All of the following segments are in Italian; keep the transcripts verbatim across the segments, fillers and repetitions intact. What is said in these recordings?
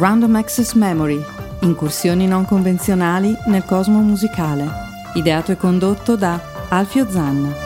Random Access Memory, incursioni non convenzionali nel cosmo musicale, ideato e condotto da Alfio Zanna.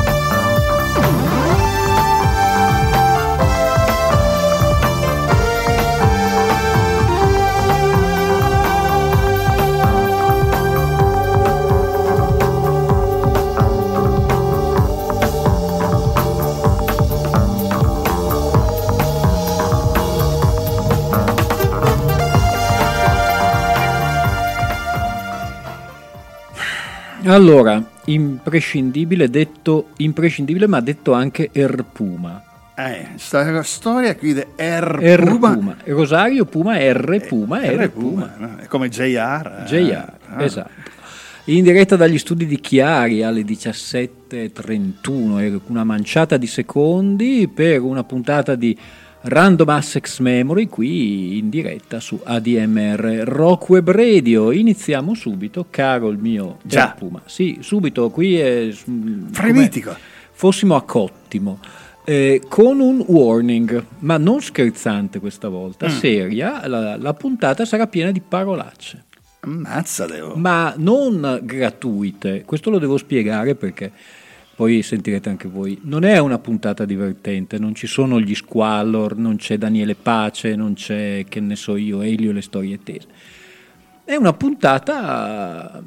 Allora, imprescindibile, detto imprescindibile, ma detto anche Erpuma. Eh, sta storia qui di Erpuma. Erpuma. Rosario Puma, R Puma, R Erpuma. no? È come J R. J R, ah. Esatto. In diretta dagli studi di Chiari alle diciassette e trentuno, una manciata di secondi per una puntata di Random Access Memory qui in diretta su A D M R Rock Web Radio. Iniziamo subito, caro il mio Già. Puma. Sì, subito, qui è frenetico. Fossimo a Cottimo. Eh, con un warning, ma non scherzante questa volta, mm. seria. La, la puntata sarà piena di parolacce. Ammazza, devo. Ma non gratuite. Questo lo devo spiegare perché poi sentirete anche voi. Non è una puntata divertente, non ci sono gli squallor, non c'è Daniele Pace, non c'è, che ne so io, Elio e le storie tese. È una puntata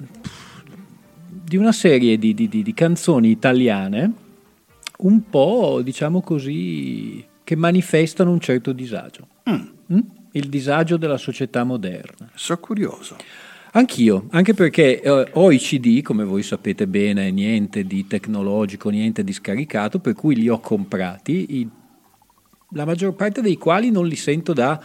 di una serie di, di, di canzoni italiane un po', diciamo così, che manifestano un certo disagio. Mm. Mm? Il disagio della società moderna. Sono curioso. Anch'io, anche perché eh, ho i C D, come voi sapete bene, niente di tecnologico, niente di scaricato, per cui li ho comprati, i, la maggior parte dei quali non li sento da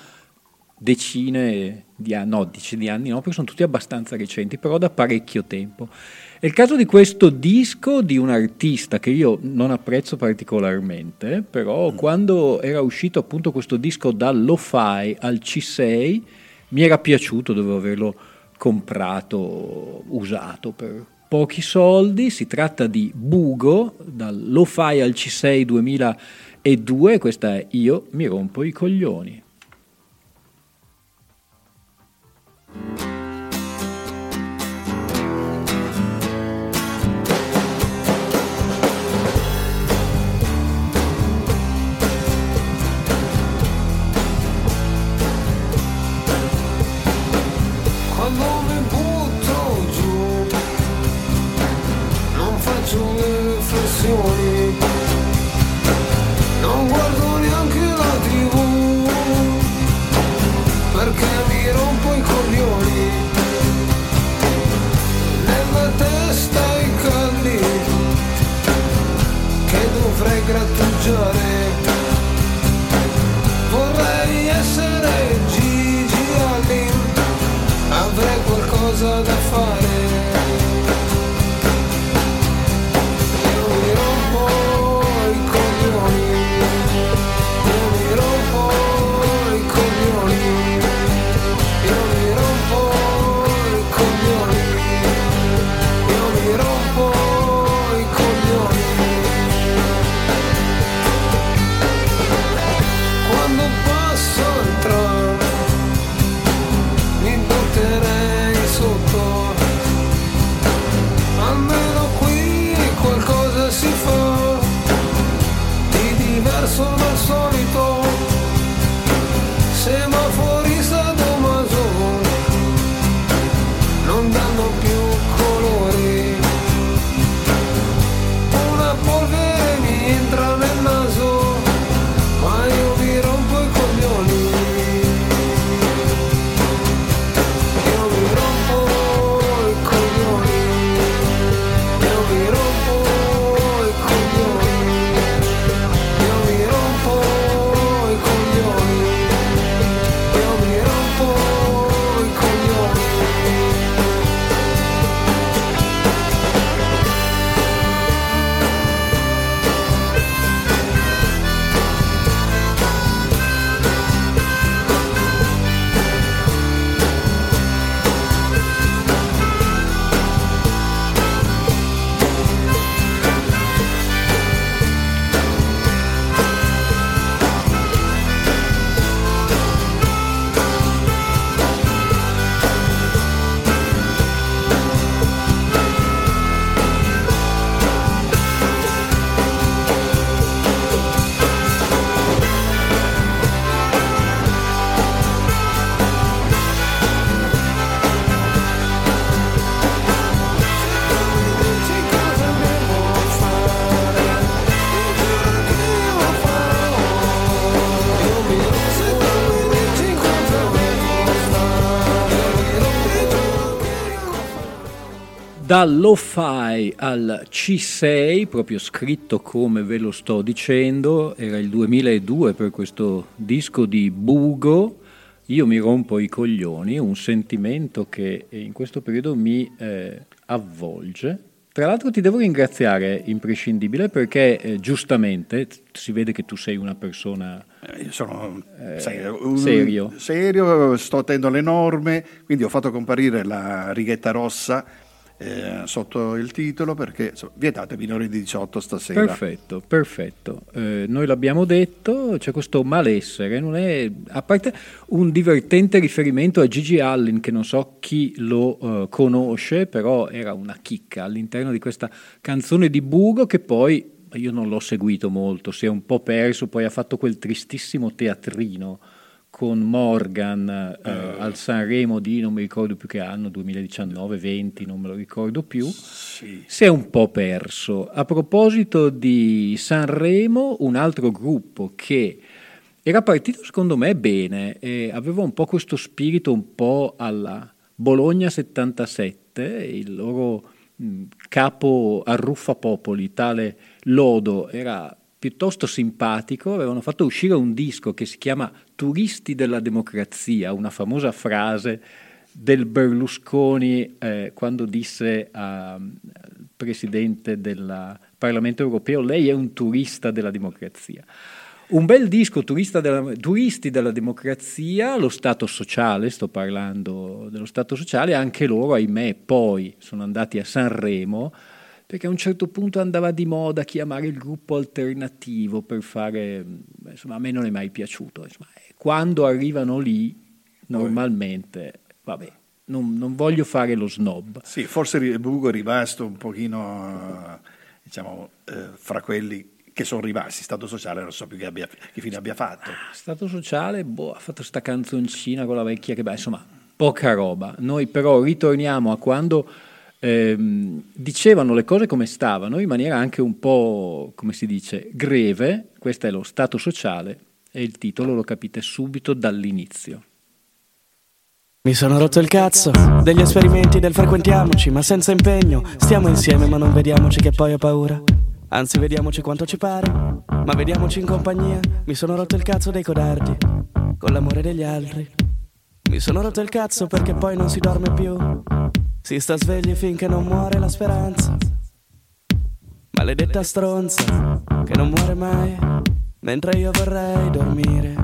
decine di anni, no, decine di anni no, perché sono tutti abbastanza recenti, però da parecchio tempo. È il caso di questo disco di un artista che io non apprezzo particolarmente, però mm. quando era uscito appunto questo disco dal Lo-Fi al C sei mi era piaciuto, dovevo averlo comprato usato per pochi soldi. Si tratta di Bugo, dal Lo-Fi al C sei duemiladue. Questa è Io mi rompo i coglioni. Non guardo neanche la tivù, perché mi rompo i coglioni. Nella testa i calli che dovrei grattugiare. Vorrei essere Gigi Allin, avrei qualcosa da fare. Dallo Fi al C sei, proprio scritto come ve lo sto dicendo, era il duemiladue per questo disco di Bugo. Io mi rompo i coglioni, un sentimento che in questo periodo mi eh, avvolge. Tra l'altro ti devo ringraziare, imprescindibile, perché eh, giustamente si vede che tu sei una persona eh, io sono eh, sai, un, serio. serio, sto attento alle norme, quindi ho fatto comparire la righetta rossa eh, sotto il titolo, perché insomma, vietate minori di diciotto stasera. Perfetto, perfetto. Eh, noi l'abbiamo detto, c'è questo malessere, non è, a parte un divertente riferimento a Gigi Allin, che non so chi lo uh, conosce, però era una chicca all'interno di questa canzone di Bugo, che poi io non l'ho seguito molto, si è un po' perso, poi ha fatto quel tristissimo teatrino con Morgan eh, uh. al Sanremo di, non mi ricordo più che anno, duemiladiciannove venti, non me lo ricordo più, sì. Si è un po' perso. A proposito di Sanremo, un altro gruppo che era partito secondo me bene, e aveva un po' questo spirito un po' alla Bologna settantasette, il loro mh, capo Arruffapopoli, tale Lodo, era piuttosto simpatico, avevano fatto uscire un disco che si chiama Turisti della democrazia, una famosa frase del Berlusconi eh, quando disse al presidente del Parlamento europeo: lei è un turista della democrazia. Un bel disco, turista della, Turisti della democrazia, lo Stato sociale, sto parlando dello Stato sociale, anche loro, ahimè, poi sono andati a Sanremo, perché a un certo punto andava di moda chiamare il gruppo alternativo per fare, insomma, a me non è mai piaciuto. Insomma, quando arrivano lì, normalmente, vabbè, non, non voglio fare lo snob. Sì, forse il Bugo è rimasto un pochino, diciamo, eh, fra quelli che sono rimasti. Stato sociale non so più che, abbia, che fine abbia fatto. Ah, Stato sociale, boh, ha fatto sta canzoncina con la vecchia, che beh, insomma, poca roba. Noi però ritorniamo a quando ehm, dicevano le cose come stavano, in maniera anche un po', come si dice, greve. Questo è lo Stato sociale e il titolo lo capite subito dall'inizio. Mi sono rotto il cazzo degli esperimenti del frequentiamoci, ma senza impegno. Stiamo insieme ma non vediamoci, che poi ho paura. Anzi, vediamoci quanto ci pare, ma vediamoci in compagnia. Mi sono rotto il cazzo dei codardi con l'amore degli altri. Mi sono rotto il cazzo perché poi non si dorme più. Si sta svegli finché non muore la speranza. Maledetta stronza che non muore mai, mentre io vorrei dormire.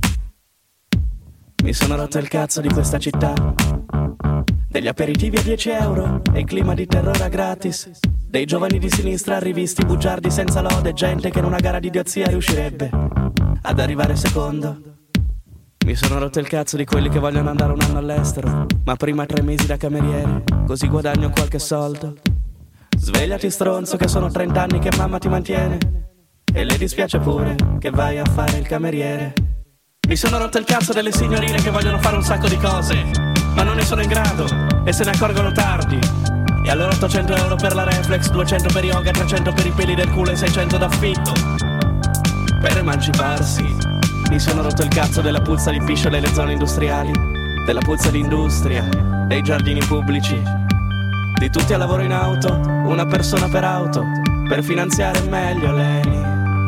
Mi sono rotto il cazzo di questa città, degli aperitivi a dieci euro e il clima di terrore gratis, dei giovani di sinistra rivisti bugiardi senza lode, gente che in una gara di idiozia riuscirebbe ad arrivare secondo. Mi sono rotto il cazzo di quelli che vogliono andare un anno all'estero, ma prima tre mesi da cameriere, così guadagno qualche soldo. Svegliati stronzo che sono trent'anni che mamma ti mantiene e le dispiace pure che vai a fare il cameriere. Mi sono rotto il cazzo delle signorine che vogliono fare un sacco di cose, ma non ne sono in grado e se ne accorgono tardi. E allora ottocento euro per la reflex, duecento per yoga, trecento per i peli del culo e seicento d'affitto per emanciparsi. Mi sono rotto il cazzo della puzza di piscio nelle zone industriali, della puzza di industria, dei giardini pubblici, di tutti a lavoro in auto, una persona per auto, per finanziare meglio lei.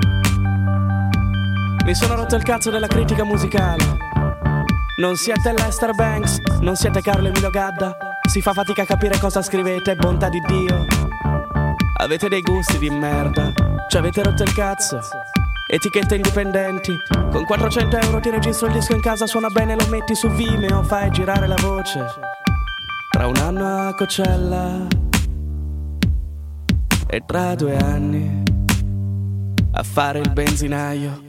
Mi sono rotto il cazzo della critica musicale. Non siete Lester Banks, non siete Carlo Emilio Gadda. Si fa fatica a capire cosa scrivete, bontà di Dio. Avete dei gusti di merda, ci avete rotto il cazzo. Etichette indipendenti, con quattrocento euro ti registro il disco in casa, suona bene, lo metti su Vimeo, fai girare la voce. Tra un anno a Coachella e tra due anni a fare il benzinaio.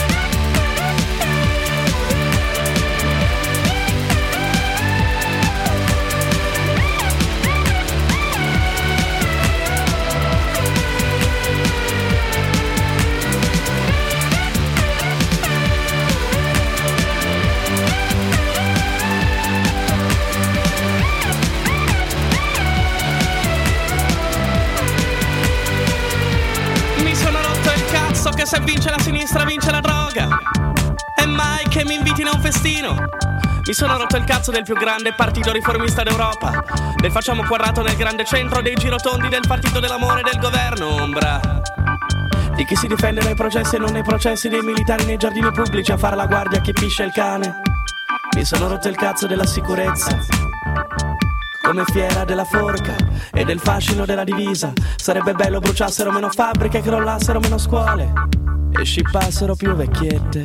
Che se vince la sinistra vince la droga, e mai che mi invitino a un festino. Mi sono rotto il cazzo del più grande partito riformista d'Europa, del facciamo quadrato nel grande centro, dei girotondi del partito dell'amore e del governo ombra, di chi si difende dai processi e non nei processi, dei militari nei giardini pubblici a fare la guardia a chi piscia il cane. Mi sono rotto il cazzo della sicurezza, come fiera della forca e del fascino della divisa. Sarebbe bello bruciassero meno fabbriche, crollassero meno scuole e scippassero più vecchiette.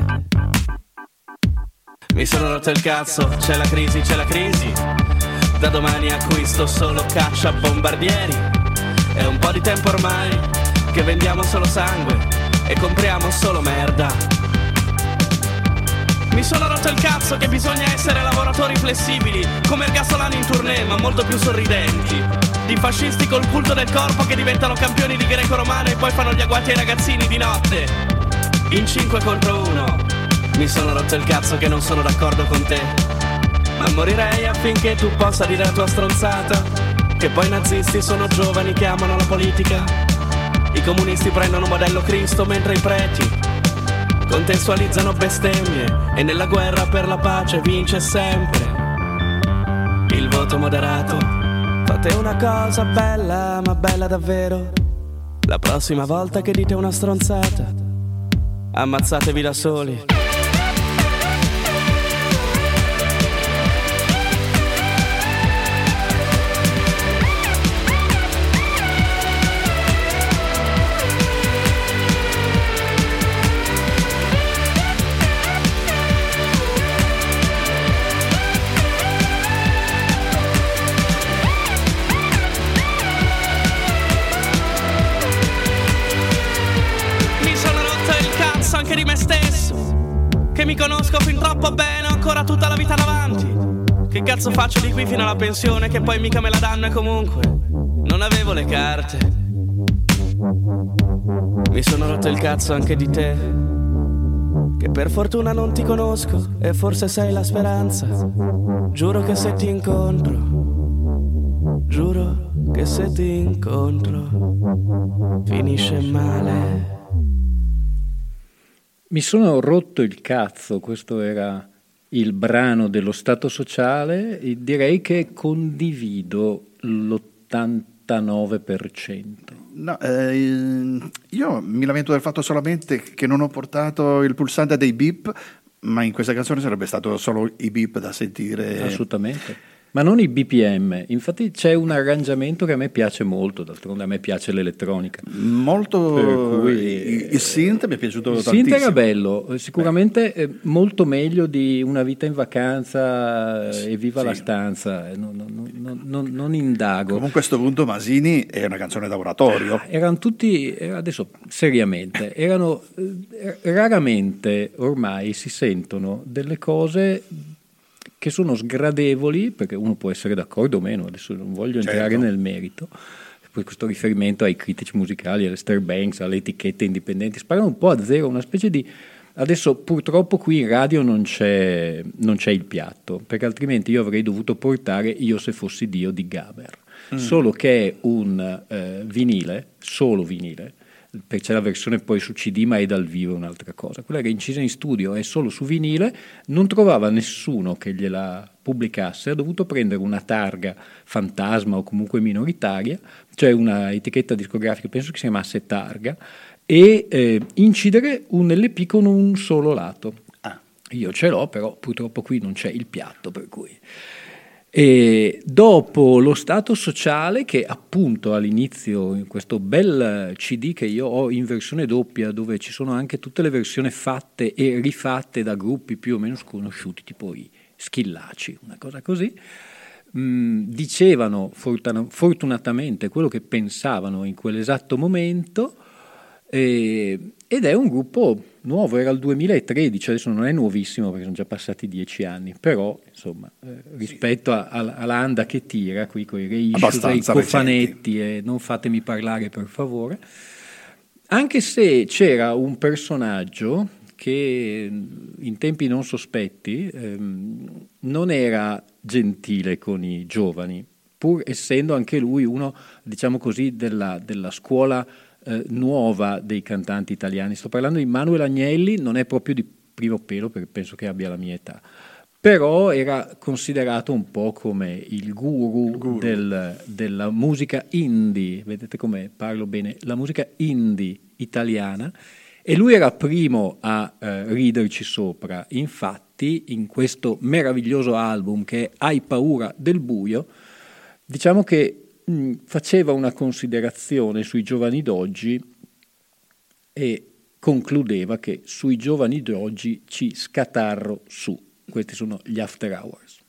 Mi sono rotto il cazzo, c'è la crisi, c'è la crisi. Da domani acquisto solo caccia bombardieri. È un po' di tempo ormai che vendiamo solo sangue e compriamo solo merda. Mi sono rotto il cazzo che bisogna essere lavoratori flessibili, come Ergasolani in tournée, ma molto più sorridenti. Di fascisti col culto del corpo che diventano campioni di greco-romano e poi fanno gli agguati ai ragazzini di notte. In cinque contro uno. Mi sono rotto il cazzo che non sono d'accordo con te, ma morirei affinché tu possa dire la tua stronzata, che poi i nazisti sono giovani che amano la politica. I comunisti prendono modello Cristo mentre i preti contestualizzano bestemmie e nella guerra per la pace vince sempre il voto moderato. Fate una cosa bella, ma bella davvero. La prossima volta che dite una stronzata, ammazzatevi da soli. Anche di me stesso, che mi conosco fin troppo bene, ho ancora tutta la vita davanti. Che cazzo faccio di qui fino alla pensione, che poi mica me la danno e comunque non avevo le carte. Mi sono rotto il cazzo anche di te, che per fortuna non ti conosco e forse sei la speranza. Giuro che se ti incontro, giuro che se ti incontro finisce male. Mi sono rotto il cazzo, questo era il brano dello Stato Sociale, e direi che condivido l'ottantanove per cento. No, eh, io mi lamento del fatto solamente che non ho portato il pulsante dei beep, ma in questa canzone sarebbe stato solo i beep da sentire. Assolutamente. Ma non i B P M, infatti c'è un arrangiamento che a me piace molto, d'altronde a me piace l'elettronica. Molto, cui, il, il synth mi è piaciuto il tantissimo. Il synth era bello, sicuramente eh. molto meglio di Una vita in vacanza e Viva sì. la stanza, non, non, non, non, non indago. Comunque a questo punto Masini è una canzone d'oratorio. Erano tutti, adesso seriamente, erano eh, raramente ormai si sentono delle cose che sono sgradevoli, perché uno può essere d'accordo o meno, adesso non voglio entrare certo. nel merito, poi questo riferimento ai critici musicali, alle Star Banks, alle etichette indipendenti, sparano un po' a zero, una specie di... Adesso purtroppo qui in radio non c'è, non c'è il piatto, perché altrimenti io avrei dovuto portare Io se fossi Dio di Gaber, mm. solo che è un eh, vinile, solo vinile, perché c'è la versione poi su C D ma è dal vivo, è un'altra cosa. Quella che è incisa in studio è solo su vinile, non trovava nessuno che gliela pubblicasse, ha dovuto prendere una targa fantasma o comunque minoritaria, cioè una etichetta discografica, penso che si chiamasse Targa, e eh, incidere un L P con un solo lato. Ah. Io ce l'ho, però purtroppo qui non c'è il piatto, per cui... E dopo lo Stato Sociale, che appunto all'inizio in questo bel C D che io ho in versione doppia, dove ci sono anche tutte le versioni fatte e rifatte da gruppi più o meno sconosciuti, tipo i Schillaci, una cosa così, mh, dicevano fortuna- fortunatamente quello che pensavano in quell'esatto momento, eh, ed è un gruppo nuovo, era il duemilatredici, adesso non è nuovissimo perché sono già passati dieci anni, però insomma eh, rispetto a, a, all'anda che tira qui con i reissues e i cofanetti, e non fatemi parlare per favore, anche se c'era un personaggio che in tempi non sospetti ehm, non era gentile con i giovani, pur essendo anche lui uno, diciamo così, della, della scuola Eh, nuova dei cantanti italiani. Sto parlando di Manuel Agnelli, non è proprio di primo pelo perché penso che abbia la mia età, però era considerato un po' come il guru, Il guru. Del, della musica indie, vedete come parlo bene, la musica indie italiana, e lui era primo a eh, riderci sopra. Infatti in questo meraviglioso album che è Hai paura del buio, diciamo che mh, faceva una considerazione sui giovani d'oggi e concludeva che sui giovani d'oggi ci scatarro su. Questi sono gli After Hours.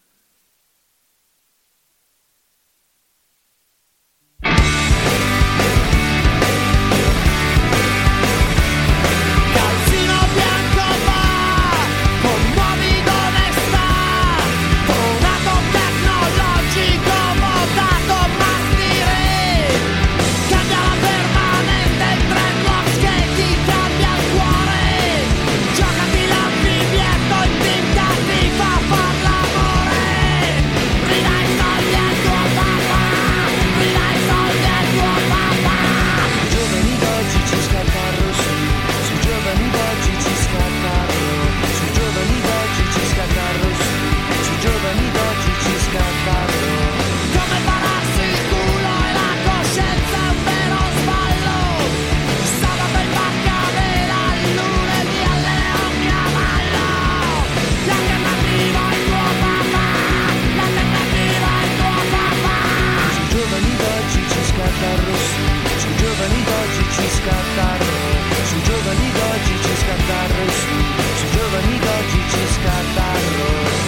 Calzino bianco va, con nuovi d'onestà, donato tecnologico, votato mastire, cambia la permanente, il dreadlocks che ti cambia il cuore, giocati l'amfibietto, intentati fa far l'amore, ridai i soldi al tuo papà, ridai i soldi al tuo papà. Giovani d'oggi ci scattano su, sui giovani d'oggi ci scattano, sui giovani d'oggi ci scattano su, sui giovani d'oggi ci scattano. Come pararsi il culo e la coscienza è un vero sballo, sabato in barcavela, lunedì alle leoni a ballo, l'alternativa è il tuo papà, l'alternativa è il tuo papà. Sui giovani d'oggi ci scattano su, sui giovani d'oggi ci scattano, sui giovani d'oggi ci scattano su, sui giovani d'oggi ci scattano.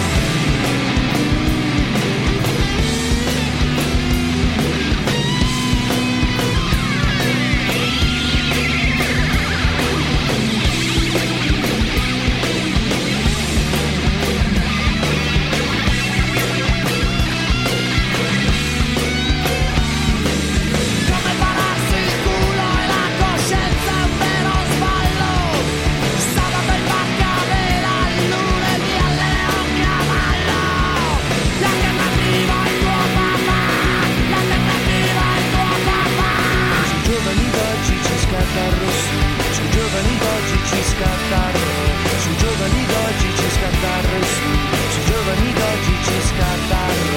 Come pararsi il culo e la coscienza è un vero sballo, sabato in barcavela, lunedì alle leoni a ballo, l'alternativa è il tuo papà, l'alternativa è il tuo papà. Sui giovani d'oggi ci scattano su, sui giovani d'oggi ci scattano, sui giovani d'oggi ci scattano su, sui giovani d'oggi ci scattano.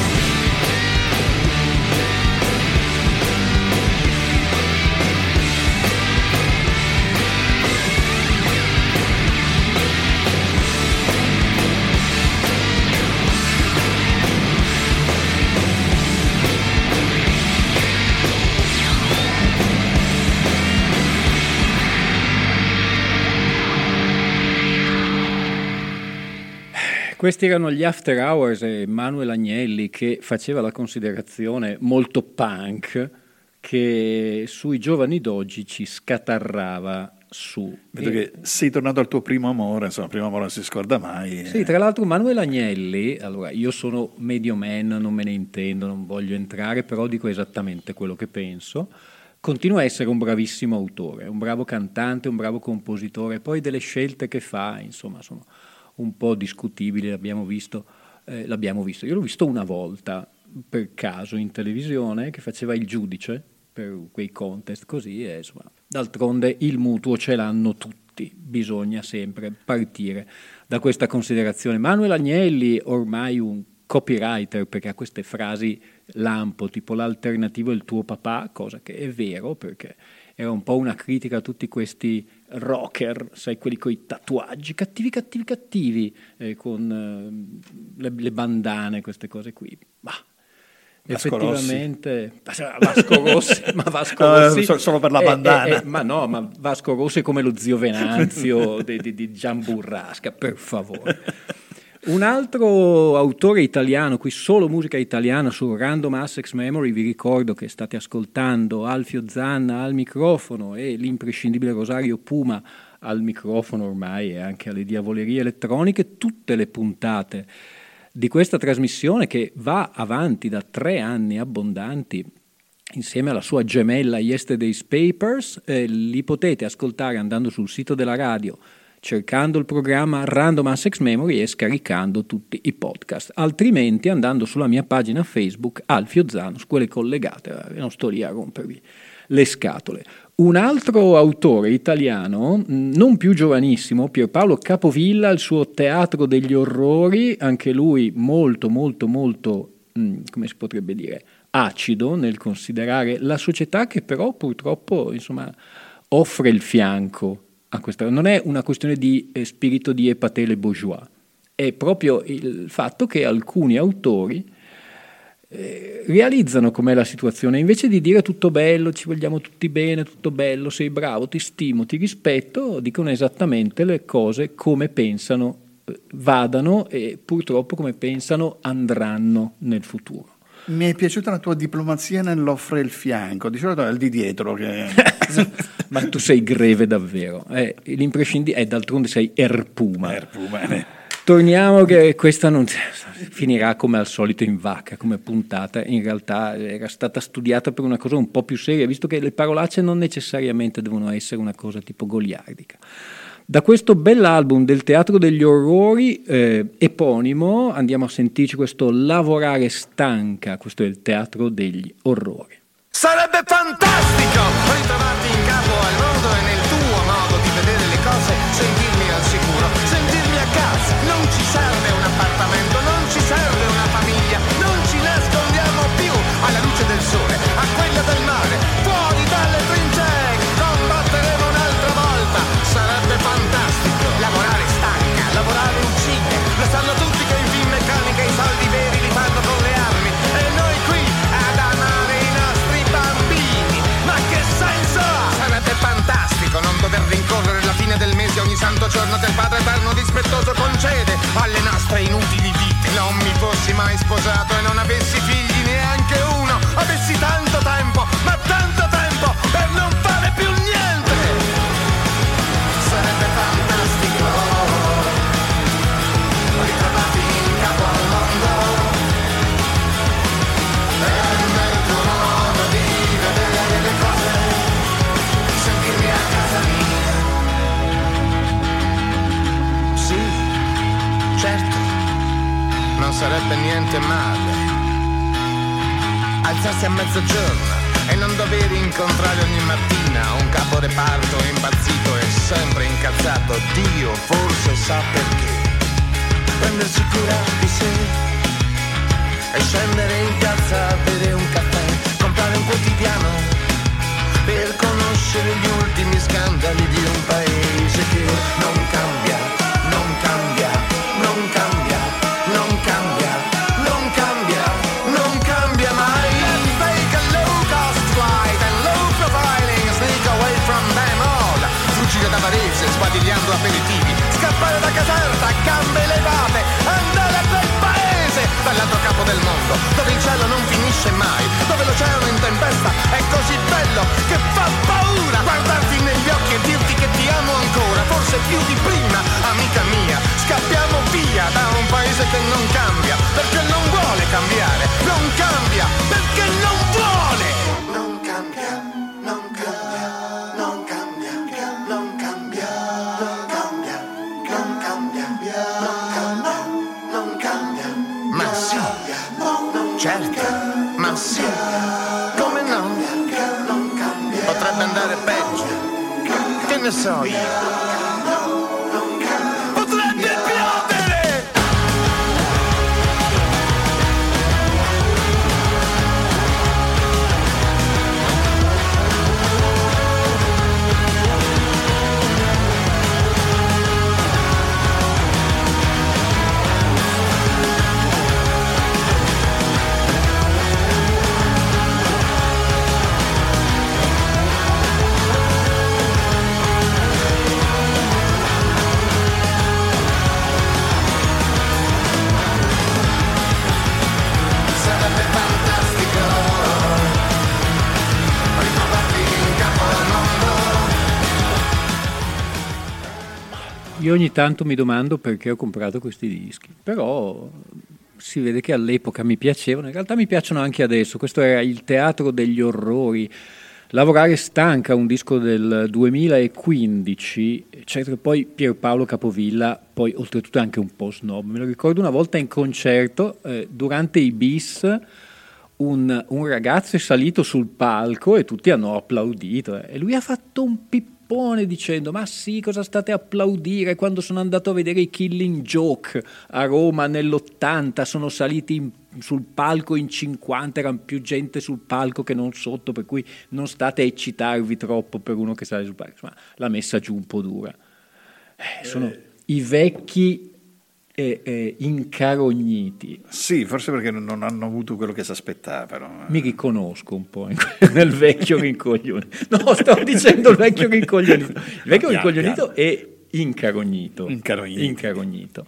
Questi erano gli After Hours e Manuel Agnelli che faceva la considerazione molto punk che sui giovani d'oggi ci scatarrava su. Vedo E- che sei tornato al tuo primo amore, insomma, il primo amore non si scorda mai. Sì, tra l'altro Manuel Agnelli, allora io sono medio man, non me ne intendo, non voglio entrare, però dico esattamente quello che penso. Continua a essere un bravissimo autore, un bravo cantante, un bravo compositore, poi delle scelte che fa, insomma, sono un po' discutibili, l'abbiamo visto, eh, l'abbiamo visto. Io l'ho visto una volta per caso in televisione che faceva il giudice per quei contest così e insomma, d'altronde il mutuo ce l'hanno tutti, bisogna sempre partire da questa considerazione. Manuel Agnelli, ormai un copywriter, perché ha queste frasi lampo, tipo l'alternativo è il tuo papà, cosa che è vero perché era un po' una critica a tutti questi rocker, sai, quelli con i tatuaggi, cattivi, cattivi, cattivi, eh, con eh, le, le bandane, queste cose qui. Ma Vasco effettivamente Rossi. Vasco Rossi, ma Vasco No, Rossi so- solo per la è- bandana. è- è- ma no, ma Vasco Rossi è come lo zio Venanzio di, di, di Gian Burrasca, per favore. Un altro autore italiano, qui solo musica italiana su Random Access Memory, vi ricordo che state ascoltando Alfio Zanna al microfono e l'imprescindibile Rosario Puma al microfono ormai e anche alle diavolerie elettroniche, tutte le puntate di questa trasmissione che va avanti da tre anni abbondanti insieme alla sua gemella Yesterday's Papers, eh, li potete ascoltare andando sul sito della radio, cercando il programma Random Access Memory e scaricando tutti i podcast, altrimenti andando sulla mia pagina Facebook Alfio Zano, su quelle collegate, non sto lì a rompervi le scatole. Un altro autore italiano, non più giovanissimo, Pierpaolo Capovilla, il suo Teatro degli Orrori, anche lui molto, molto, molto, come si potrebbe dire, acido nel considerare la società che però purtroppo, insomma, offre il fianco a questa. Non è una questione di eh, spirito di épatele bourgeois, è proprio il fatto che alcuni autori Eh, realizzano com'è la situazione, invece di dire tutto bello, ci vogliamo tutti bene, tutto bello, sei bravo, ti stimo, ti rispetto, dicono esattamente le cose come pensano eh, vadano e purtroppo come pensano andranno nel futuro. Mi è piaciuta la tua diplomazia nell'offre il fianco, di solito è il di dietro che... Ma tu sei greve davvero, eh, l'imprescindibile, eh, d'altronde sei Erpuma. Erpuma, eh. Torniamo che questa non finirà come al solito in vacca, come puntata, in realtà era stata studiata per una cosa un po' più seria, visto che le parolacce non necessariamente devono essere una cosa tipo goliardica. Da questo bell'album del Teatro degli Orrori, eh, eponimo, andiamo a sentirci questo Lavorare stanca, questo è il Teatro degli Orrori. Sarebbe fantastico ritrovarti in capo al mondo e nel tuo modo di vedere le cose, sentirmi al sicuro, sentirmi a casa. Non ci serve un appartamento, non ci serve una famiglia, non ci nascondiamo più alla luce del sole, a quella del mare, fuori dalle trincee, combatteremo un'altra volta. Sarebbe fantastico lavorare stanca, lavorare uccide, lo sanno tutti che in Finmeccanica i soldi veri li fanno con le armi e noi qui ad amare i nostri bambini. Ma che senso ha? Sarebbe fantastico non dover rincorrere la fine del mese ogni santo giorno che il Padre Eterno dispettoso concede alle nostre inutili vite. Non mi fossi mai sposato e non avessi figli neanche uno, avessi tanto tempo, ma tanto tempo per non fare più niente. Sarebbe fantastico ritrovarti in capo al mondo e nel tuo modo di vedere le cose, sentirmi a casa mia. Sì, certo, non sarebbe niente male alzarsi a mezzogiorno e non dover incontrare ogni mattina un capo reparto impazzito e sempre incazzato. Dio forse sa perché. Prendersi cura di sé e scendere in piazza a bere un caffè, comprare un quotidiano per conoscere gli ultimi scandali di un paese che non cambia, non cambia, non cambia, non cambia, non cambia, non cambia mai. Let's take a low cost flight and low profiling, sneak away from them all. Fuggire da Varese sbadigliando aperitivi, scappare da Caserta a gambe levate, andare a quel paese dall'altro capo del mondo, dove il cielo non finisce mai, dove l'oceano in tempesta è così bello che fa paura. Guardarti negli occhi e dirti che ti amo ancora, forse più di prima, amica mia. Scappiamo via da un paese che non cambia, perché non vuole cambiare, non cambia, perché non vuole. Non cambia, non cambia, non cambia, non cambia, non cambia, non cambia, non cambia, non cambia. Ma sì, certo, ma sì, come no? Potrebbe andare peggio, che ne so io. Potrebbe piovere! Io ogni tanto mi domando perché ho comprato questi dischi, però si vede che all'epoca mi piacevano, in realtà mi piacciono anche adesso. Questo era il Teatro degli Orrori, Lavorare stanca, un disco del duemilaquindici, eccetera. Poi Pierpaolo Capovilla, poi oltretutto anche un po' snob, me lo ricordo una volta in concerto, eh, durante i bis, un, un ragazzo è salito sul palco e tutti hanno applaudito eh. e lui ha fatto un pippone dicendo ma sì, cosa state a applaudire, quando sono andato a vedere i Killing Joke a Roma nell'ottanta sono saliti in, sul palco in cinquanta, erano più gente sul palco che non sotto, per cui non state a eccitarvi troppo per uno che sale sul palco. Ma l'ha messa giù un po' dura. Eh, sono eh. i vecchi E, e incarogniti. Sì, forse perché non hanno avuto quello che si aspettavano. Mi riconosco un po' in, nel vecchio rincoglionito. No, stavo dicendo il vecchio rincoglionito. Il vecchio no, rincoglionito è incarognito. Incarognito. incarognito.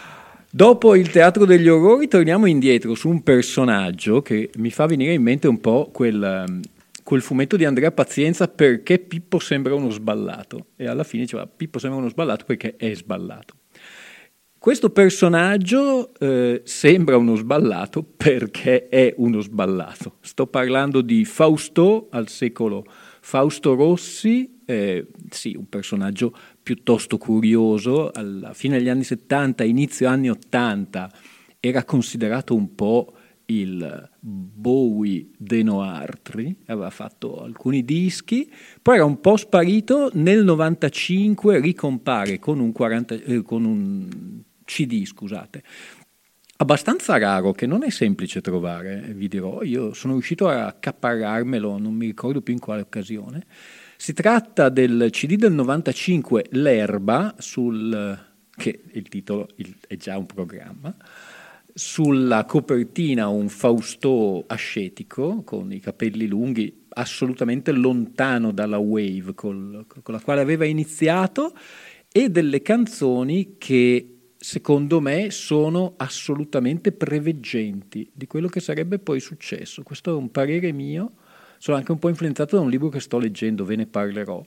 Dopo il teatro degli orrori torniamo indietro su un personaggio che mi fa venire in mente un po' quel, quel fumetto di Andrea Pazienza, perché Pippo sembra uno sballato. E alla fine diceva Pippo sembra uno sballato perché è sballato. Questo personaggio eh, sembra uno sballato perché è uno sballato. Sto parlando di Fausto al secolo Fausto Rossi, eh, sì, un personaggio piuttosto curioso. Alla fine degli anni settanta, inizio anni ottanta, era considerato un po' il Bowie dei Noartri, aveva fatto alcuni dischi, poi era un po' sparito, nel novantacinque ricompare con un, quaranta, eh, con un C D, scusate, abbastanza raro, che non è semplice trovare, vi dirò. Io sono riuscito a accaparrarmelo, non mi ricordo più in quale occasione. Si tratta del C D del novantacinque, L'Erba, sul, che il titolo è già un programma, sulla copertina un Fausto ascetico con i capelli lunghi, assolutamente lontano dalla wave col, con la quale aveva iniziato, e delle canzoni che secondo me sono assolutamente preveggenti di quello che sarebbe poi successo. Questo è un parere mio, sono anche un po' influenzato da un libro che sto leggendo, ve ne parlerò.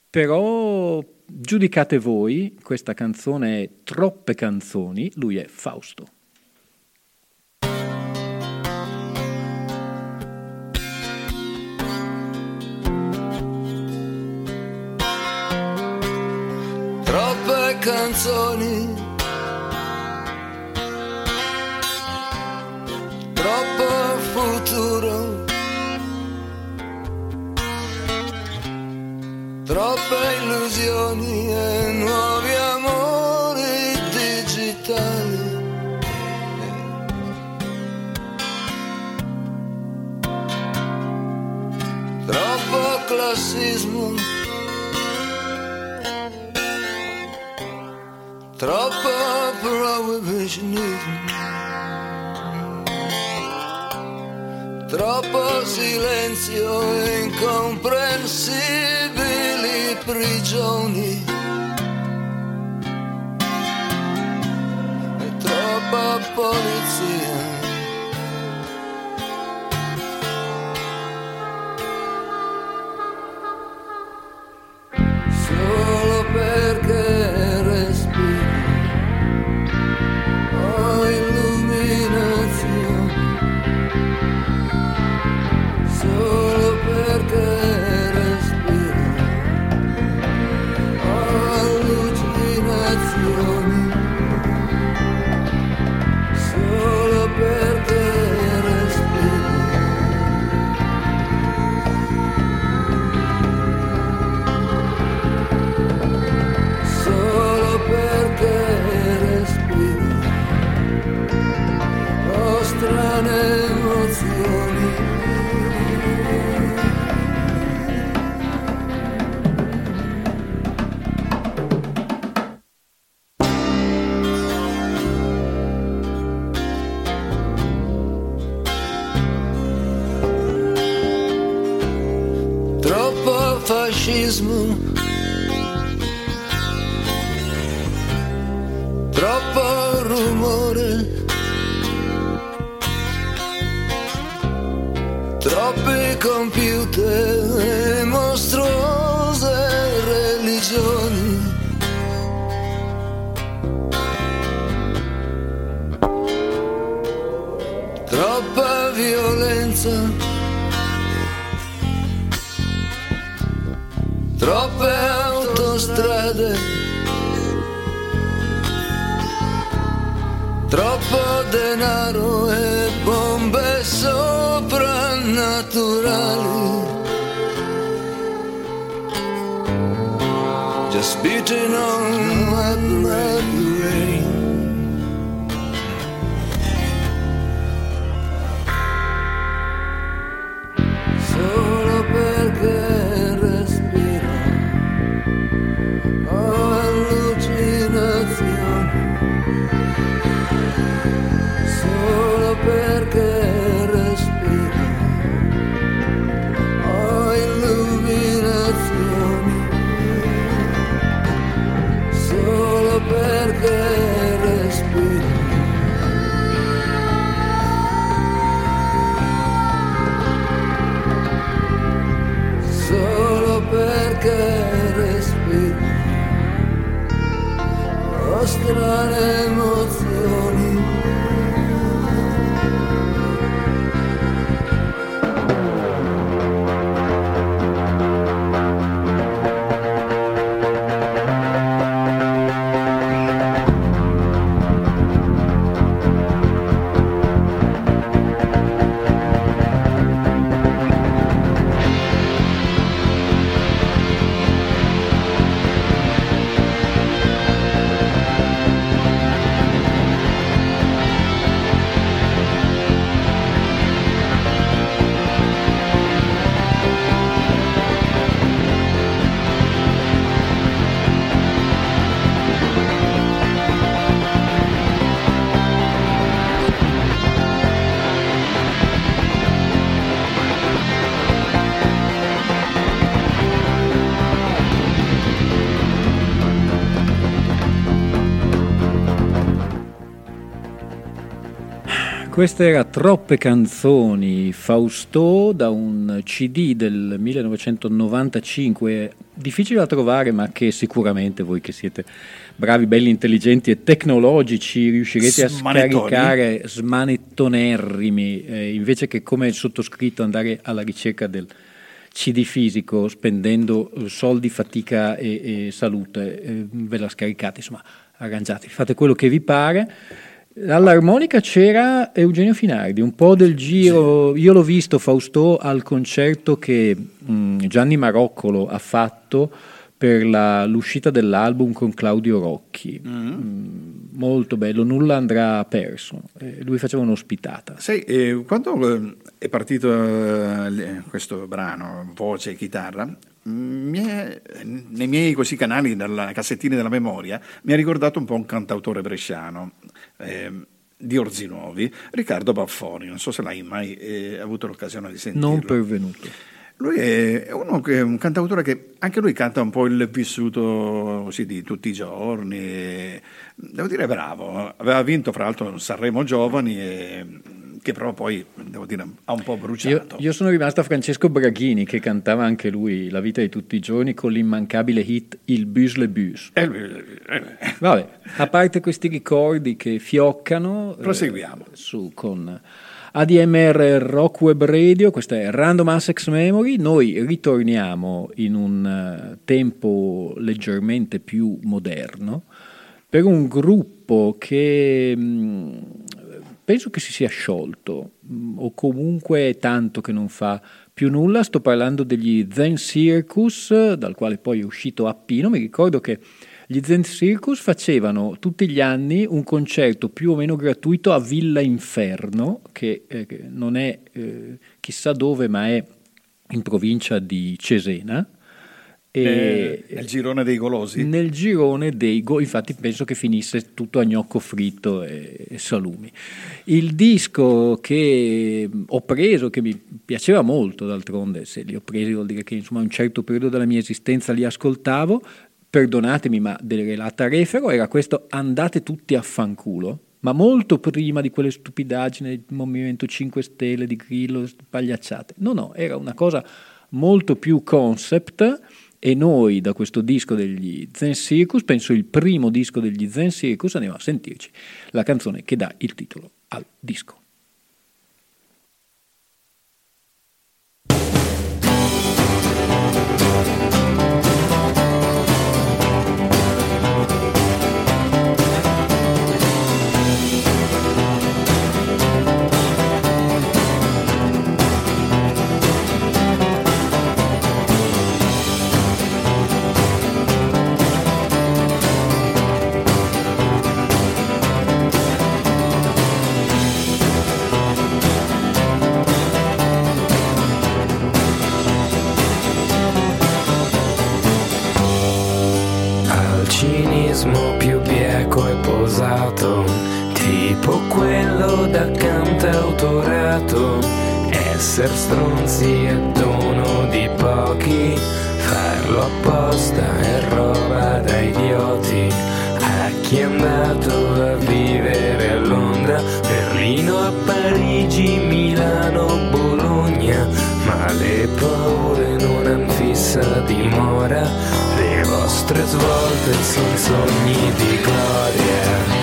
Però giudicate voi, questa canzone è Troppe canzoni, lui è Fausto. Troppe canzoni, troppo futuro, troppe illusioni e nuovi amori digitali. Troppo classismo, troppo prohibitionismo, troppo silenzio e incomprensibili prigioni, e troppa polizia. Solo perché respiro ho illuminazione, solo perché respiro ho allucinazioni, solo perché respiro. Solo perché respiro ho strane emozioni. Troppo fascismo, troppo rumore, troppi computer e mostruose religioni, troppa violenza, troppe autostrade, troppo denaro e bombe sopra spitting on my brain. Solo perché respiro ho allucinazioni, solo perché respiro ho illuminazioni, solo perché respiro. Solo perché respiro ho strane emozioni. Questa era Troppe canzoni, Fausto, da un C D del millenovecentonovantacinque, difficile da trovare ma che sicuramente voi che siete bravi, belli, intelligenti e tecnologici riuscirete Smanettoni. a scaricare smanettonerrimi, eh, invece che come il sottoscritto andare alla ricerca del C D fisico spendendo soldi, fatica e, e salute, eh, ve la scaricate, insomma arrangiatevi, fate quello che vi pare. All'armonica c'era Eugenio Finardi, un po' del giro, io l'ho visto Fausto al concerto che mh, Gianni Maroccolo ha fatto per la, l'uscita dell'album con Claudio Rocchi, mm. mh, molto bello, nulla andrà perso, eh, lui faceva un'ospitata. Sì, eh, quando eh, è partito eh, questo brano, voce e chitarra, mie, nei miei così canali, dalla cassettina della memoria, mi ha ricordato un po' un cantautore bresciano, eh, di Orzinuovi, Riccardo Baffoni, non so se l'hai mai eh, avuto l'occasione di sentirlo. Non pervenuto. Lui è uno che, un cantautore che anche lui canta un po' il vissuto così di tutti i giorni, e, devo dire bravo, aveva vinto fra l'altro Sanremo Giovani e che però poi, devo dire, ha un po' bruciato. Io, io sono rimasto a Francesco Braghini, che cantava anche lui La vita di tutti i giorni con l'immancabile hit Il bus le bus. Eh, eh, Vabbè, a parte questi ricordi che fioccano, proseguiamo. Eh, su con A D M R Rock Web Radio, questa è Random Access Memory. Noi ritorniamo in un uh, tempo leggermente più moderno per un gruppo che mh, penso che si sia sciolto, o comunque è tanto che non fa più nulla. Sto parlando degli Zen Circus, dal quale poi è uscito Appino. Mi ricordo che gli Zen Circus facevano tutti gli anni un concerto più o meno gratuito a Villa Inferno, che eh, non è eh, chissà dove, ma è in provincia di Cesena. E nel girone dei golosi? Nel girone dei golosi, infatti penso che finisse tutto a gnocco fritto e, e salumi. Il disco che ho preso, che mi piaceva molto, d'altronde se li ho presi vuol dire che insomma un certo periodo della mia esistenza li ascoltavo, perdonatemi ma derelata refero, era questo Andate tutti a fanculo, ma molto prima di quelle stupidaggini del Movimento cinque Stelle, di Grillo, pagliacciate. No, no, era una cosa molto più concept. E noi da questo disco degli Zen Circus, penso il primo disco degli Zen Circus, andiamo a sentirci la canzone che dà il titolo al disco. cinismo più bieco e posato, tipo quello da cantautorato. Esser stronzi è dono di pochi, farlo apposta è roba da idioti. A chi è andato a vivere a Londra, Berlino, a Parigi, Milano, Bologna, ma le paure non han fissa dimora, le vostre svolte son sogni di gloria.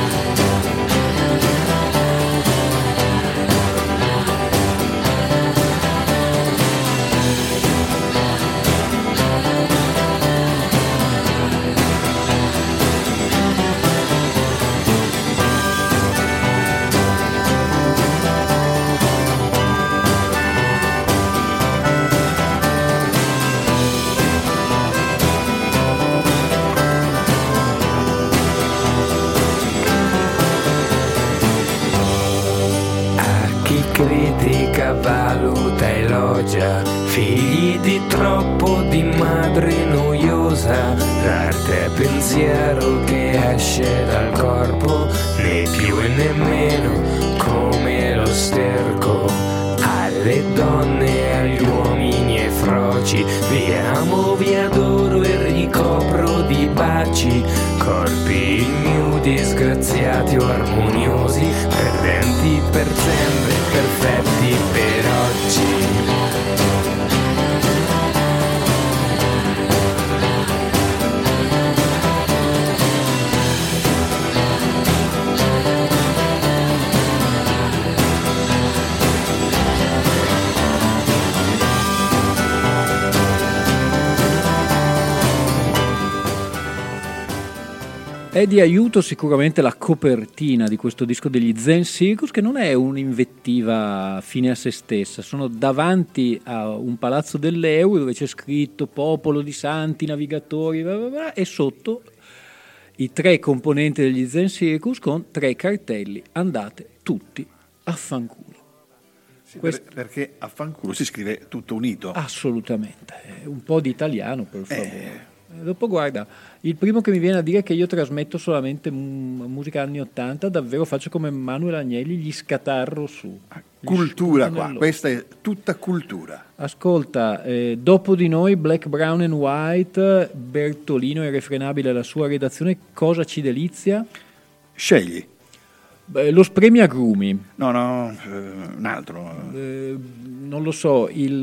Critica, valuta, elogia, figli di troppo, di madre noiosa. L'arte è pensiero che esce dal corpo, né più e nemmeno come lo sterco. Alle donne, agli uomini e froci, vi amo, vi adoro e ricopro di baci. Corpi ignudi, disgraziati o armoniosi, perdenti per sempre, perfetti per oggi. È di aiuto sicuramente la copertina di questo disco degli Zen Circus, che non è un'invettiva fine a se stessa. Sono davanti a un palazzo dell'Euro dove c'è scritto popolo di santi, navigatori, bla bla bla, e sotto i tre componenti degli Zen Circus con tre cartelli: andate tutti a fanculo. Sì, Questo... perché a fanculo si scrive tutto unito. Assolutamente, un po' di italiano per favore. Eh... Dopo guarda, il primo che mi viene a dire che io trasmetto solamente m- musica anni ottanta, davvero faccio come Manuel Agnelli, gli scatarro su. Cultura qua, questa è tutta cultura. Ascolta, eh, dopo di noi Black, Brown and White, Bertolino irrefrenabile alla sua redazione, cosa ci delizia? Scegli. Beh, lo spremi agrumi. No, no, eh, un altro. Eh, non lo so, il,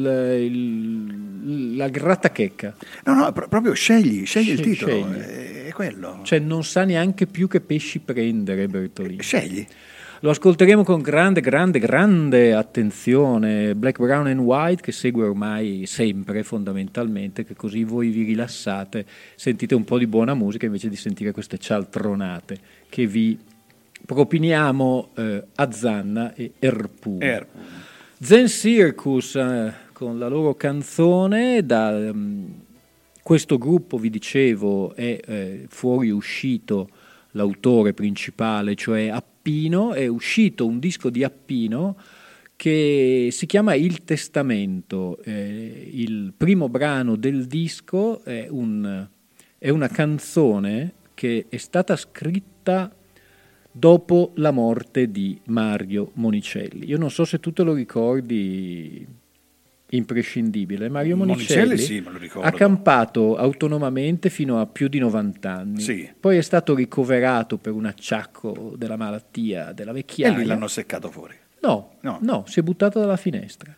il, la grattachecca. No, no, pro- proprio scegli, scegli il Scegli. titolo, è, è quello. Cioè non sa neanche più che pesci prendere Bertolino. Scegli. Lo ascolteremo con grande, grande, grande attenzione. Black, Brown and White, che segue ormai sempre fondamentalmente, che così voi vi rilassate, sentite un po' di buona musica invece di sentire queste cialtronate che vi propiniamo eh, a Zanna e Erpù. Erpù. Zen Circus eh, con la loro canzone. Da um, questo gruppo, vi dicevo, è eh, fuoriuscito l'autore principale, cioè Appino. È uscito un disco di Appino che si chiama Il Testamento. Eh, il primo brano del disco è, un, è una canzone che è stata scritta dopo la morte di Mario Monicelli. Io non so se tu te lo ricordi, imprescindibile. Mario Monicelli, Monicelli sì, me lo ricordo. Ha campato autonomamente fino a più di novanta anni. Sì. Poi è stato ricoverato per un acciacco della malattia della vecchiaia. E lì l'hanno seccato fuori. No, no, no, si è buttato dalla finestra.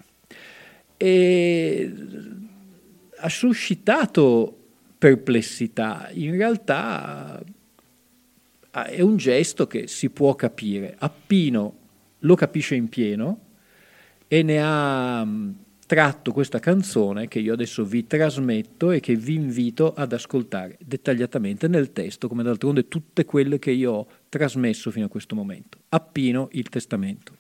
E ha suscitato perplessità. In realtà è un gesto che si può capire. Appino lo capisce in pieno e ne ha tratto questa canzone che io adesso vi trasmetto e che vi invito ad ascoltare dettagliatamente nel testo, come d'altronde tutte quelle che io ho trasmesso fino a questo momento. Appino, Il Testamento.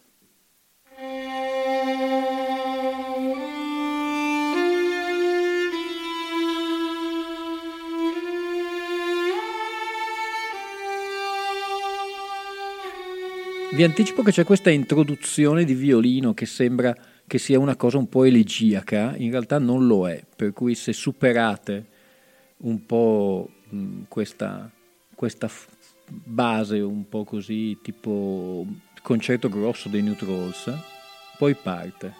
Vi anticipo che c'è questa introduzione di violino che sembra che sia una cosa un po' elegiaca, in realtà non lo è, per cui se superate un po' mh, questa, questa f- base un po' così, tipo concerto grosso dei New Trolls, poi parte.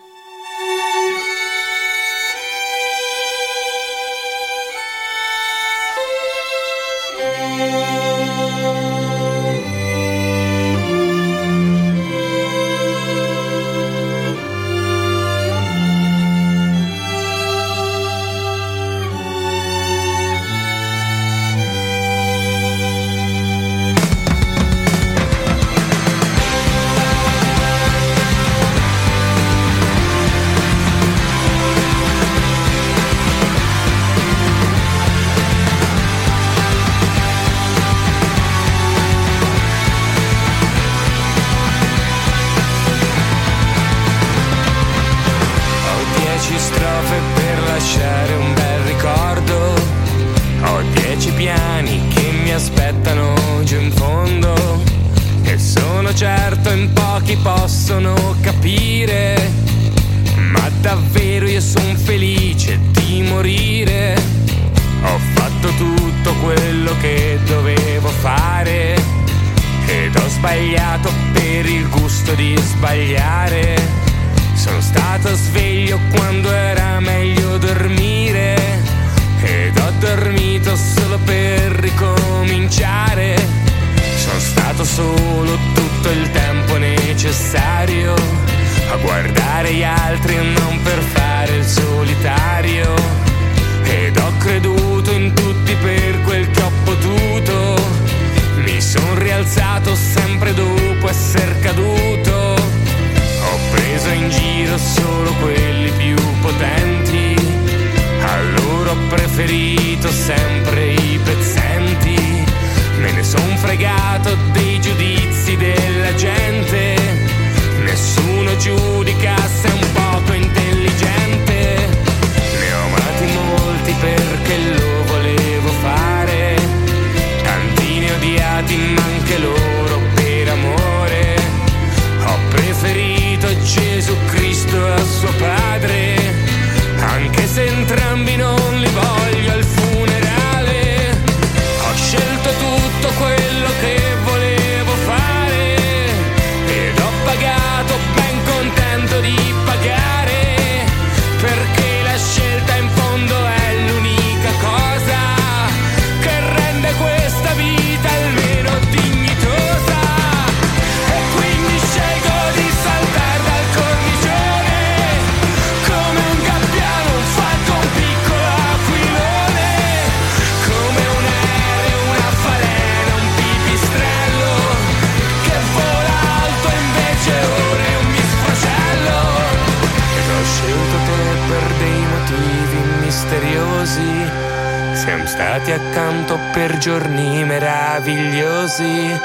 Siamo stati accanto per giorni meravigliosi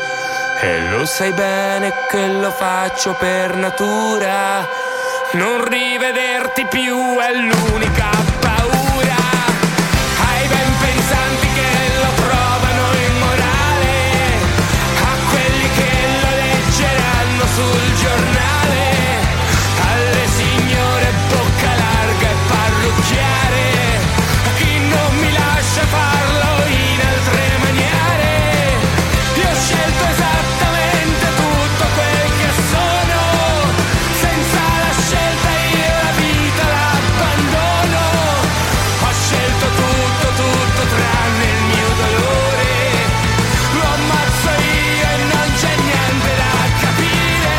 e lo sai bene che lo faccio per natura. Non rivederti più è l'unica paura. Ai ben pensanti che lo provano immorale, a quelli che lo leggeranno sul giornale, alle signore bocca larga e parrucchiare, a chi non mi lascia farlo in altre maniere. Io ho scelto esattamente tutto quel che sono, senza la scelta io la vita l'abbandono. Ho scelto tutto, tutto tranne il mio dolore, lo ammazzo io e non c'è niente da capire.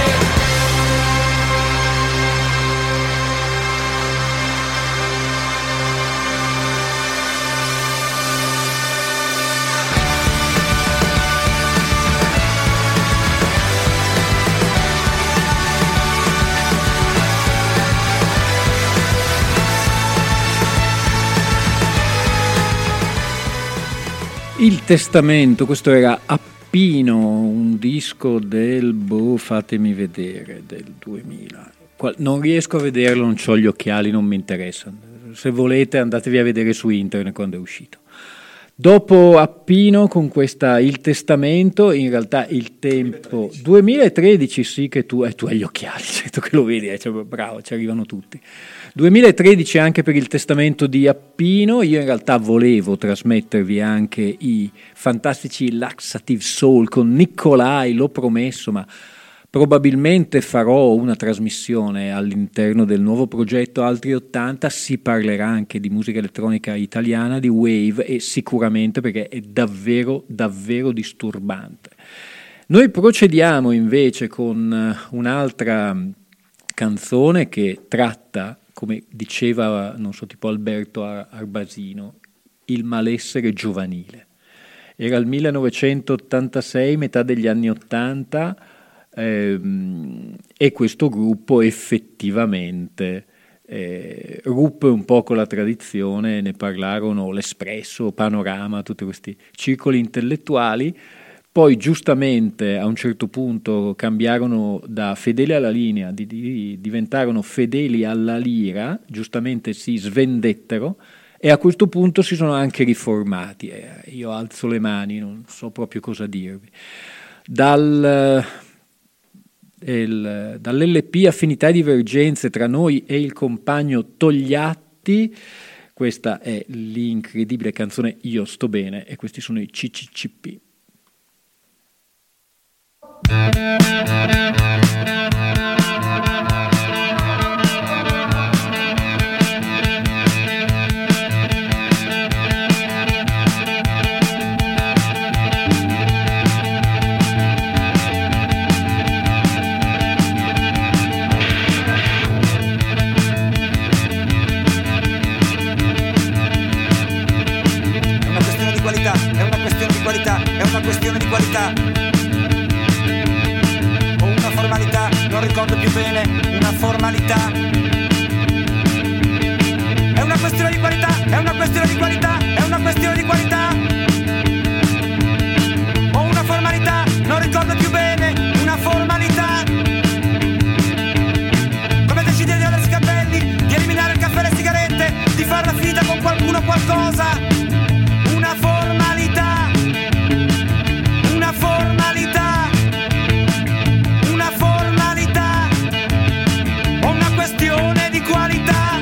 Il Testamento, questo era Appino, un disco del, boh, fatemi vedere, del duemila. Qual- non riesco a vederlo, non ho gli occhiali, non mi interessa. Se volete andatevi a vedere su internet quando è uscito. Dopo Appino con questa Il Testamento, in realtà il tempo duemilatredici, sì, che tu, eh, tu hai gli occhiali, certo che lo vedi, eh, cioè, bravo, ci arrivano tutti. duemilatredici anche per Il Testamento di Appino. Io in realtà volevo trasmettervi anche i fantastici Laxative Soul con Nicolai, l'ho promesso, ma probabilmente farò una trasmissione all'interno del nuovo progetto Altri ottanta, si parlerà anche di musica elettronica italiana, di Wave, e sicuramente perché è davvero, davvero disturbante. Noi procediamo invece con un'altra canzone che tratta, come diceva, non so, tipo Alberto Arbasino, il malessere giovanile. Era il millenovecentottantasei, metà degli anni ottanta, ehm, e questo gruppo effettivamente eh, ruppe un po' con la tradizione, ne parlarono l'Espresso, Panorama, tutti questi circoli intellettuali. Poi giustamente a un certo punto cambiarono da fedeli alla linea, di, di, diventarono fedeli alla lira, giustamente si svendettero e a questo punto si sono anche riformati. Eh, io alzo le mani, non so proprio cosa dirvi. Dal, il, dall'L P Affinità e Divergenze tra noi e il compagno Togliatti, questa è l'incredibile canzone Io sto bene e questi sono i C C C P. È una questione di qualità. O una formalità, non ricordo più bene, una formalità. È una questione di qualità, è una questione di qualità, è una questione di qualità. O una formalità, non ricordo più bene, una formalità. Come decidere di aversi i capelli, di eliminare il caffè e le sigarette, di far la finta con qualcuno o qualcosa. Una formalità. Una formalità, una formalità, o una questione di qualità.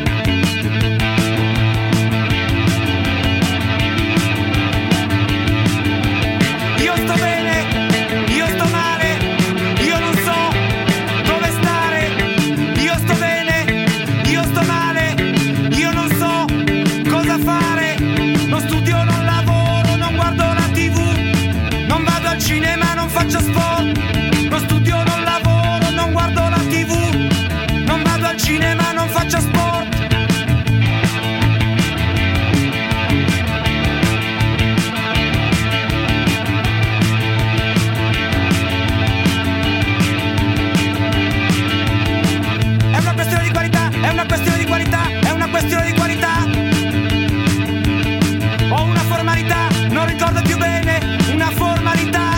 Io sto bene, io sto male, io non so dove stare. Io sto bene, io sto male, io non so cosa fare. Non studio, non lavoro, non guardo la tivù. Non vado al cinema, non faccio sport. Non studio, non lavoro, non guardo la tivù. Non vado al cinema, non faccio sport. È una questione di qualità, è una questione di qualità, è una questione di qualità. Ho una formalità, non ricordo più bene, una formalità.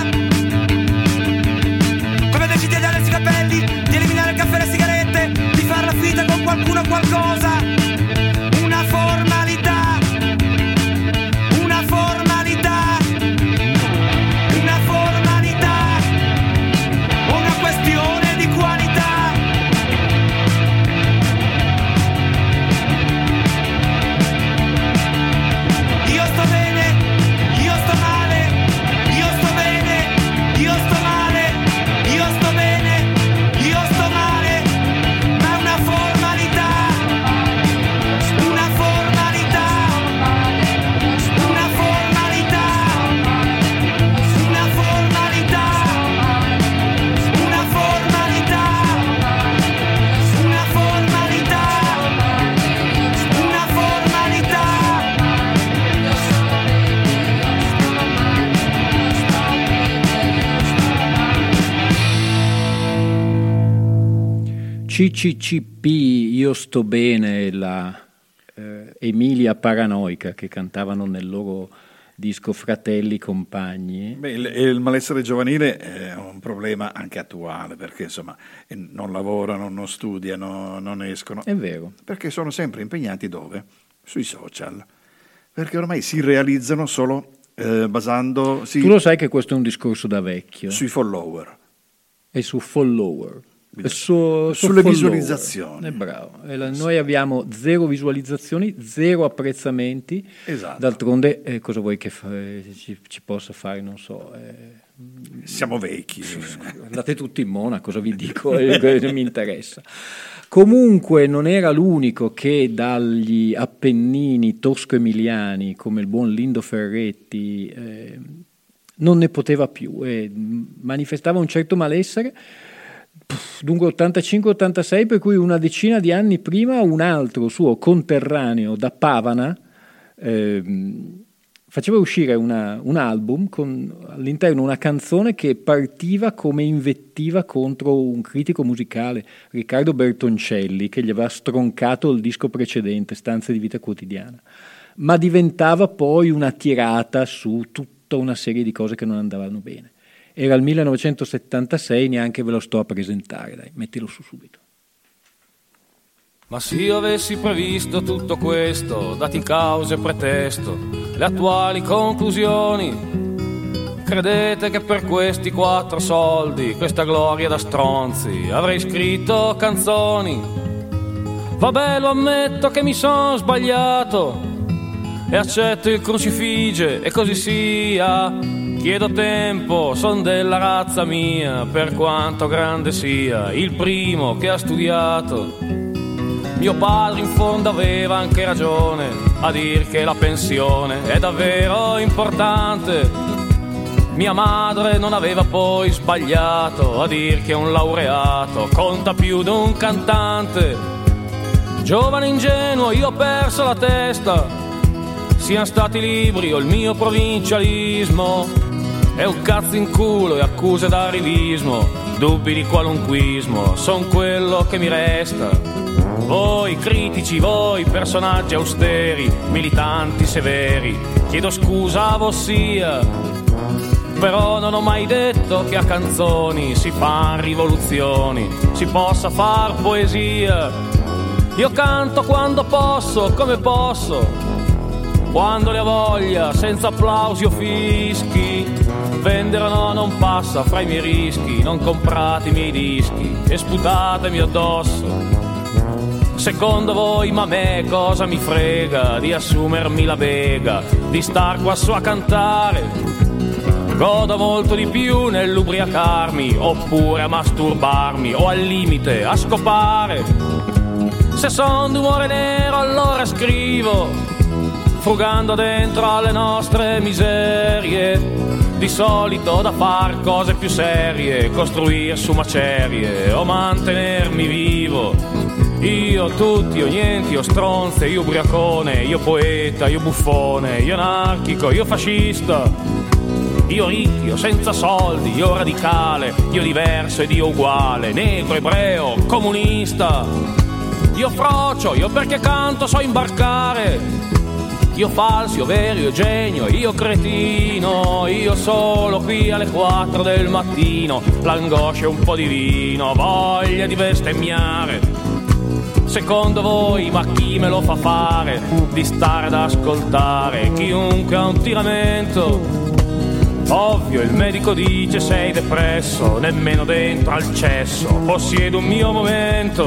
Come decidi di tagliarsi i capelli, di eliminare il caffè e le sigarette, di far la finta con qualcuno o qualcosa. Una formalità. Una formalità. Una formalità. Una questione di qualità. Io sto bene, io sto male, io sto bene, io sto male, io sto bene, io sto male, ma è una formalità, una formalità, una formalità, una formalità, una formalità, una formalità, una formalità. C C C P, Io sto bene, la eh, Emilia Paranoica che cantavano nel loro disco Fratelli Compagni. Beh, il, il malessere giovanile è un problema anche attuale, perché insomma non lavorano, non studiano, non escono. È vero. Perché sono sempre impegnati dove? Sui social. Perché ormai si realizzano solo eh, basandosi... Tu lo sai che questo è un discorso da vecchio. Sui follower. E su follower. E su, Sulle su follower. visualizzazioni. È bravo. E la, noi abbiamo zero visualizzazioni, zero apprezzamenti. Esatto. D'altronde eh, cosa vuoi che fa, eh, ci, ci possa fare? Non so. Eh, Siamo vecchi. Andate tutti in Mona, cosa vi dico? eh, mi interessa. Comunque non era l'unico che dagli Appennini tosco-emiliani, come il buon Lindo Ferretti, eh, non ne poteva più e manifestava un certo malessere. Dunque ottantacinque ottantasei, per cui una decina di anni prima un altro suo conterraneo da Pavana eh, faceva uscire una, un album con all'interno una canzone che partiva come invettiva contro un critico musicale, Riccardo Bertoncelli, che gli aveva stroncato il disco precedente, Stanze di vita quotidiana, ma diventava poi una tirata su tutta una serie di cose che non andavano bene. Era il millenovecentosettantasei, neanche ve lo sto a presentare, dai, mettilo su subito. Ma se io avessi previsto tutto questo, dati causa e pretesto, le attuali conclusioni, credete che per questi quattro soldi, questa gloria da stronzi, avrei scritto canzoni? Vabbè, lo ammetto che mi son sbagliato e accetto il crucifige e così sia. Chiedo tempo, son della razza mia, per quanto grande sia, il primo che ha studiato. Mio padre in fondo aveva anche ragione a dir che la pensione è davvero importante. Mia madre non aveva poi sbagliato a dir che un laureato conta più di un cantante. Giovane ingenuo io ho perso la testa, siano stati libri o il mio provincialismo. È un cazzo in culo e accuse d'arrivismo, dubbi di qualunquismo, son quello che mi resta. Voi critici, voi personaggi austeri, militanti severi, chiedo scusa a vossia, però non ho mai detto che a canzoni si fan rivoluzioni, si possa far poesia. Io canto quando posso, come posso, quando ne ho voglia, senza applausi o fischi. Vendere no non passa fra i miei rischi, non comprate i miei dischi e sputatemi addosso. Secondo voi, ma a me cosa mi frega di assumermi la bega, di star qua su a cantare? Godo molto di più nell'ubriacarmi, oppure a masturbarmi, o al limite a scopare. Se son d'umore nero allora scrivo, frugando dentro alle nostre miserie. Di solito da far cose più serie, costruire su macerie o mantenermi vivo. Io tutti o niente, io stronze, io ubriacone, io poeta, io buffone, io anarchico, io fascista. Io ricchio, senza soldi, io radicale, io diverso ed io uguale, negro, ebreo, comunista. Io frocio, io perché canto so imbarcare. Io falso, io vero, io genio, io cretino, io solo qui alle quattro del mattino, l'angoscia e un po' di vino, voglia di bestemmiare. Secondo voi, ma chi me lo fa fare di stare ad ascoltare chiunque ha un tiramento? Ovvio, il medico dice sei depresso, nemmeno dentro al cesso possiedo un mio momento.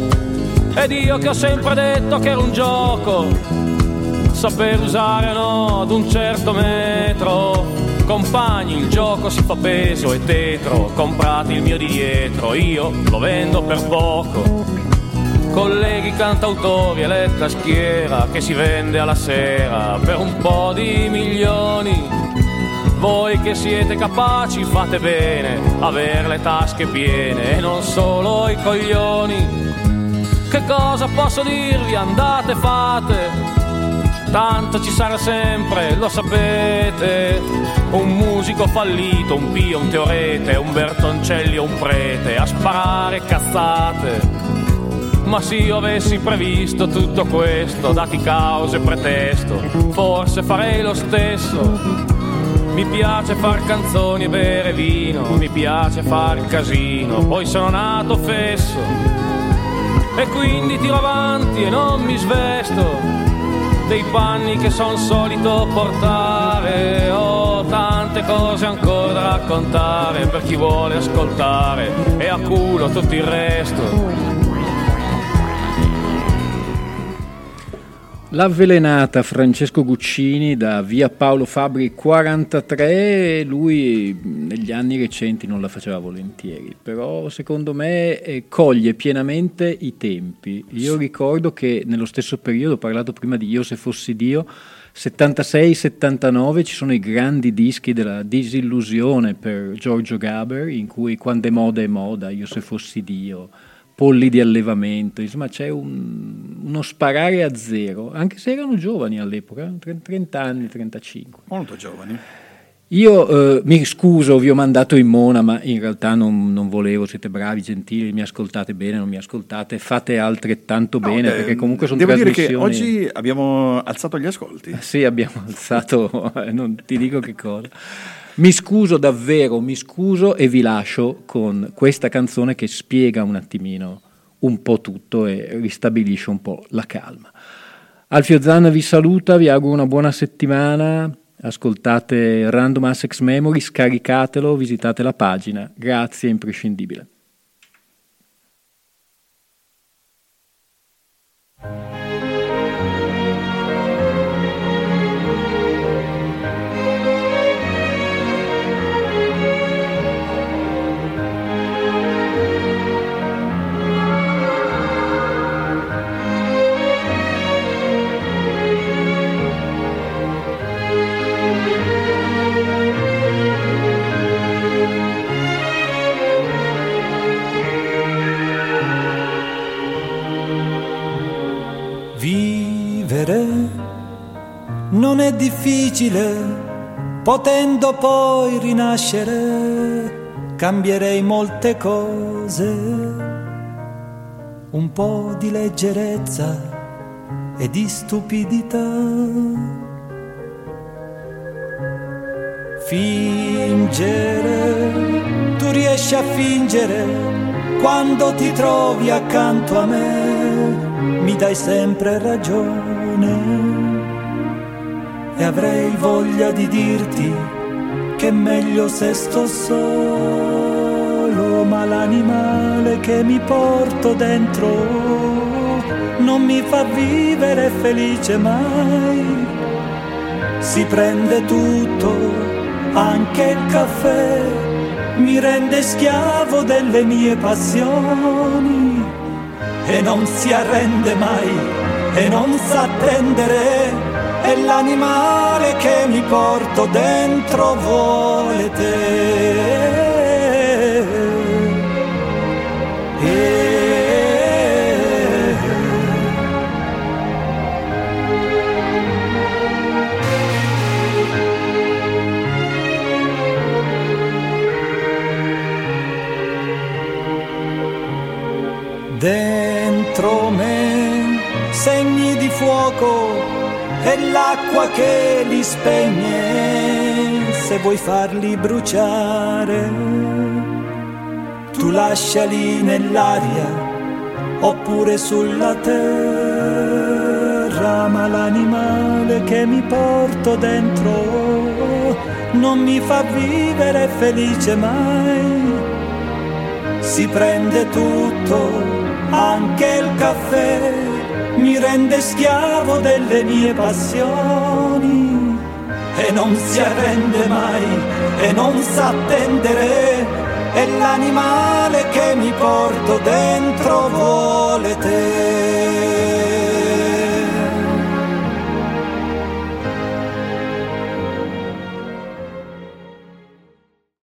Ed io che ho sempre detto che era un gioco, saper usare no ad un certo metro. Compagni, il gioco si fa peso e tetro, comprate il mio di dietro, io lo vendo per poco. Colleghi cantautori e letta schiera che si vende alla sera per un po' di milioni. Voi che siete capaci fate bene, aver le tasche piene e non solo i coglioni. Che cosa posso dirvi? Andate, fate, tanto ci sarà sempre, lo sapete, un musico fallito, un Pio, un Teorete, un Bertoncelli o un prete a sparare cazzate. Ma se io avessi previsto tutto questo, dati cause e pretesto, forse farei lo stesso. Mi piace far canzoni e bere vino, mi piace far casino, poi sono nato fesso e quindi tiro avanti e non mi svesto. dei panni che son solito portare. Ho tante cose ancora da raccontare per chi vuole ascoltare, e a culo tutto il resto. L'avvelenata Francesco Guccini da via Paolo Fabbri quarantatré, lui negli anni recenti non la faceva volentieri, però secondo me eh, coglie pienamente i tempi. Io ricordo che nello stesso periodo, ho parlato prima di Io se fossi Dio, settantasei settantanove ci sono i grandi dischi della disillusione per Giorgio Gaber, in cui Quando è moda è moda, Io se fossi Dio, Polli di allevamento, insomma c'è un, uno sparare a zero, anche se erano giovani all'epoca, trenta anni, trentacinque. Molto giovani. Io eh, mi scuso, vi ho mandato in mona, ma in realtà non, non volevo, siete bravi, gentili, mi ascoltate bene, non mi ascoltate, fate altrettanto no, bene, eh, perché comunque sono devo trasmissioni... Devo dire che oggi abbiamo alzato gli ascolti. Eh, sì, abbiamo alzato, non ti dico che cosa. Mi scuso davvero, mi scuso e vi lascio con questa canzone che spiega un attimino un po' tutto e ristabilisce un po' la calma. Alfio Zanna vi saluta, vi auguro una buona settimana, ascoltate Random Access Memory, scaricatelo, visitate la pagina, grazie, imprescindibile. Non è difficile, potendo poi rinascere, cambierei molte cose, un po' di leggerezza e di stupidità. Fingere, tu riesci a fingere quando ti trovi accanto a me, mi dai sempre ragione. E avrei voglia di dirti che è meglio se sto solo, ma l'animale che mi porto dentro non mi fa vivere felice mai. Si prende tutto, anche il caffè, mi rende schiavo delle mie passioni, e non si arrende mai e non sa attendere. E l'animale che mi porto dentro vuole te. E... Dentro me segni di fuoco e l'acqua che li spegne, se vuoi farli bruciare, tu lasciali nell'aria oppure sulla terra, ma l'animale che mi porto dentro non mi fa vivere felice mai. Si prende tutto, anche il caffè, mi rende schiavo delle mie passioni, e non si arrende mai e non sa attendere. E l'animale che mi porto dentro vuole te.